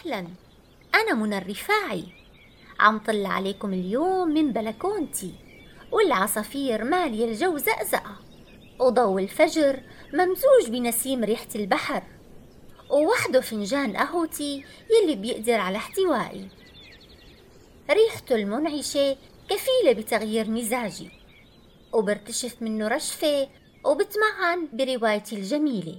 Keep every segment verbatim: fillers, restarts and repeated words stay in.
أهلا، أنا منى الرفاعي، عم طل عليكم اليوم من بلكونتي، والعصافير مالية الجو زقزقة، وضوء الفجر ممزوج بنسيم ريحة البحر، ووحده فنجان قهوتي يلي بيقدر على احتوائي. ريحته المنعشة كفيلة بتغيير مزاجي، وبرتشف منه رشفة وبتمعن بروايتي الجميلة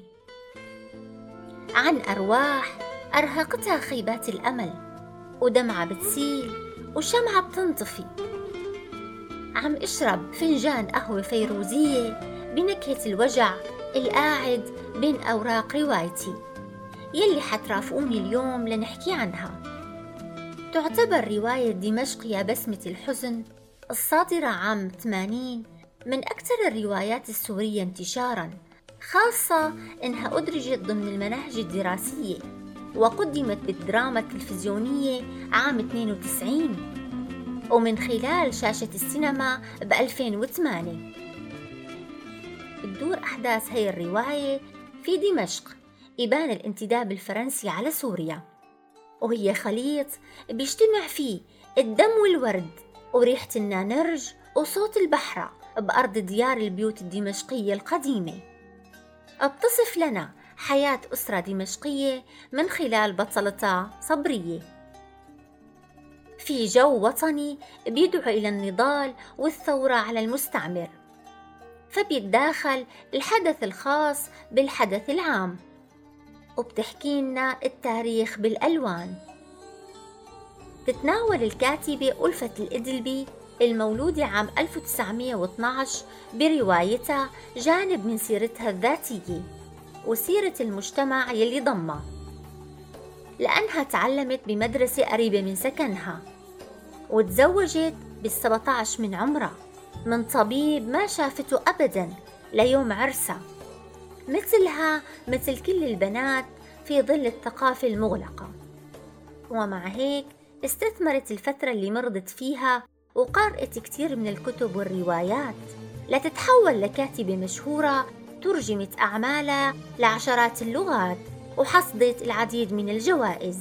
عن أرواح أرهقتها خيبات الأمل، ودمعة بتسيل وشمعة بتنطفي. عم اشرب فنجان قهوة فيروزية بنكهة الوجع القاعد بين أوراق روايتي يلي حترافقوني اليوم لنحكي عنها. تعتبر رواية دمشق يا بسمة الحزن الصادرة عام ثمانين من أكثر الروايات السورية انتشاراً، خاصة إنها أدرجت ضمن المناهج الدراسية وقدمت بالدراما التلفزيونية عام اثنين وتسعين ومن خلال شاشة السينما ب ألفين وثمانية. بتدور أحداث هي الرواية في دمشق إبان الانتداب الفرنسي على سوريا، وهي خليط بيجتمع فيه الدم والورد وريحة النانرج وصوت البحرة بأرض ديار البيوت الدمشقية القديمة. بتصف لنا حياة أسرة دمشقية من خلال بطلتها صبرية في جو وطني بيدعو إلى النضال والثورة على المستعمر، فبيتداخل الحدث الخاص بالحدث العام، وبتحكي لنا التاريخ بالألوان. تتناول الكاتبة ألفة الإدلبي المولودة عام ألف وتسعمية واثناشر بروايتها جانب من سيرتها الذاتية وسيرة المجتمع يلي ضمها، لأنها تعلمت بمدرسة قريبة من سكنها، وتزوجت بالسبعة عشر من عمرها من طبيب ما شافته أبداً ليوم عرسها، مثلها مثل كل البنات في ظل الثقافة المغلقة. ومع هيك استثمرت الفترة اللي مرضت فيها وقرأت كتير من الكتب والروايات لتتحول لكاتبة مشهورة ترجمت أعمالها لعشرات اللغات وحصدت العديد من الجوائز.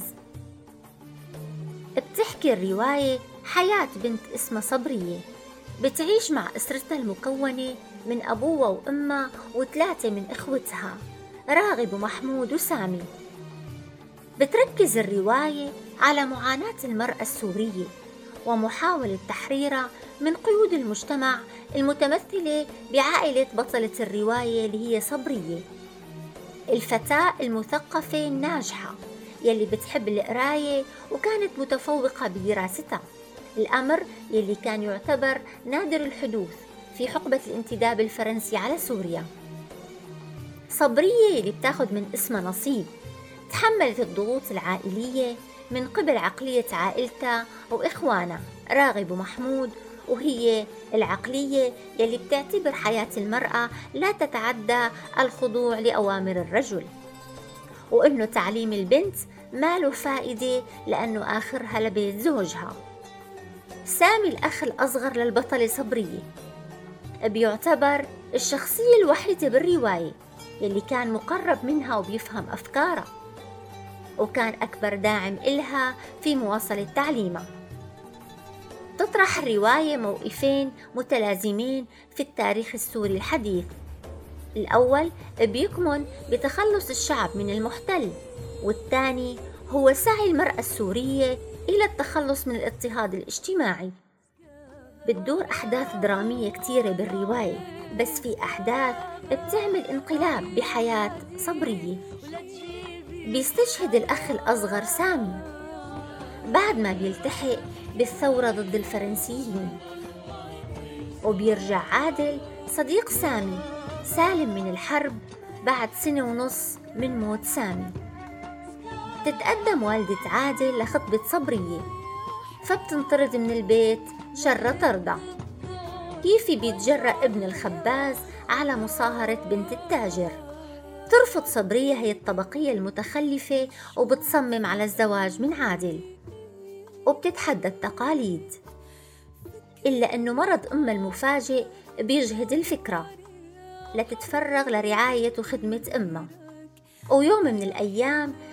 بتحكي الرواية حياة بنت اسمها صبرية بتعيش مع أسرتها المكونة من أبوها وأمها وثلاثة من إخوتها راغب ومحمود وسامي. بتركز الرواية على معاناة المرأة السورية ومحاولة تحريرها من قيود المجتمع المتمثلة بعائلة بطلة الرواية اللي هي صبرية، الفتاة المثقفة الناجحة يلي بتحب القراية وكانت متفوقة بدراستها، الأمر يلي كان يعتبر نادر الحدوث في حقبة الانتداب الفرنسي على سوريا. صبرية اللي بتاخد من اسمها نصيب تحملت الضغوط العائلية من قبل عقلية عائلتها وإخوانها راغب ومحمود، وهي العقلية يلي بتعتبر حياة المرأة لا تتعدى الخضوع لأوامر الرجل، وإنه تعليم البنت ما له فائدة لأنه آخرها لبيت زوجها. سامي الأخ الأصغر للبطلة صبرية بيعتبر الشخصية الوحيدة بالرواية يلي كان مقرب منها وبيفهم أفكارها، وكان أكبر داعم إلها في مواصلة تعليمها. تطرح الرواية موقفين متلازمين في التاريخ السوري الحديث. الأول بيكمن بتخلص الشعب من المحتل، والثاني هو سعي المرأة السورية إلى التخلص من الاضطهاد الاجتماعي. بتدور أحداث درامية كتيرة بالرواية، بس في أحداث بتعمل انقلاب بحياة صبرية. بيستشهد الأخ الأصغر سامي بعد ما بيلتحق بالثورة ضد الفرنسيين، وبيرجع عادل صديق سامي سالم من الحرب بعد سنة ونص من موت سامي. تتقدم والدة عادل لخطبة صبرية، فبتنطرد من البيت شر طردة. كيف بيتجرأ ابن الخباز على مصاهرة بنت التاجر؟ ترفض صبرية هي الطبقية المتخلفة وبتصمم على الزواج من عادل، وبتتحدى التقاليد، إلا أنه مرض أم المفاجئ بيجهد الفكرة لتتفرغ لرعاية وخدمة أمها. ويوم من الأيام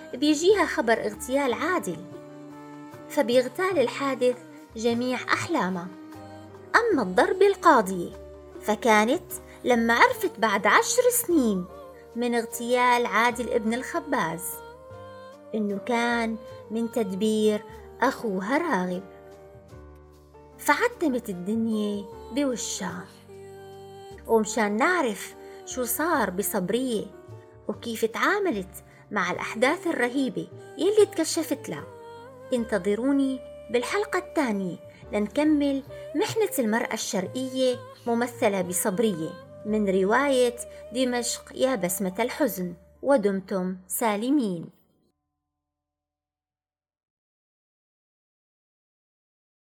بيجيها خبر اغتيال عادل، فبيغتال الحادث جميع أحلامها. أما الضربة القاضية فكانت لما عرفت بعد عشر سنين من اغتيال عادل ابن الخباز إنه كان من تدبير أخوها راغب، فعتمت الدنيا بوشها. ومشان نعرف شو صار بصبرية وكيف تعاملت مع الأحداث الرهيبة يلي تكشفت لها، انتظروني بالحلقة الثانية لنكمل محنة المرأة الشرقية ممثلة بصبرية من رواية دمشق يا بسمة الحزن. ودمتم سالمين.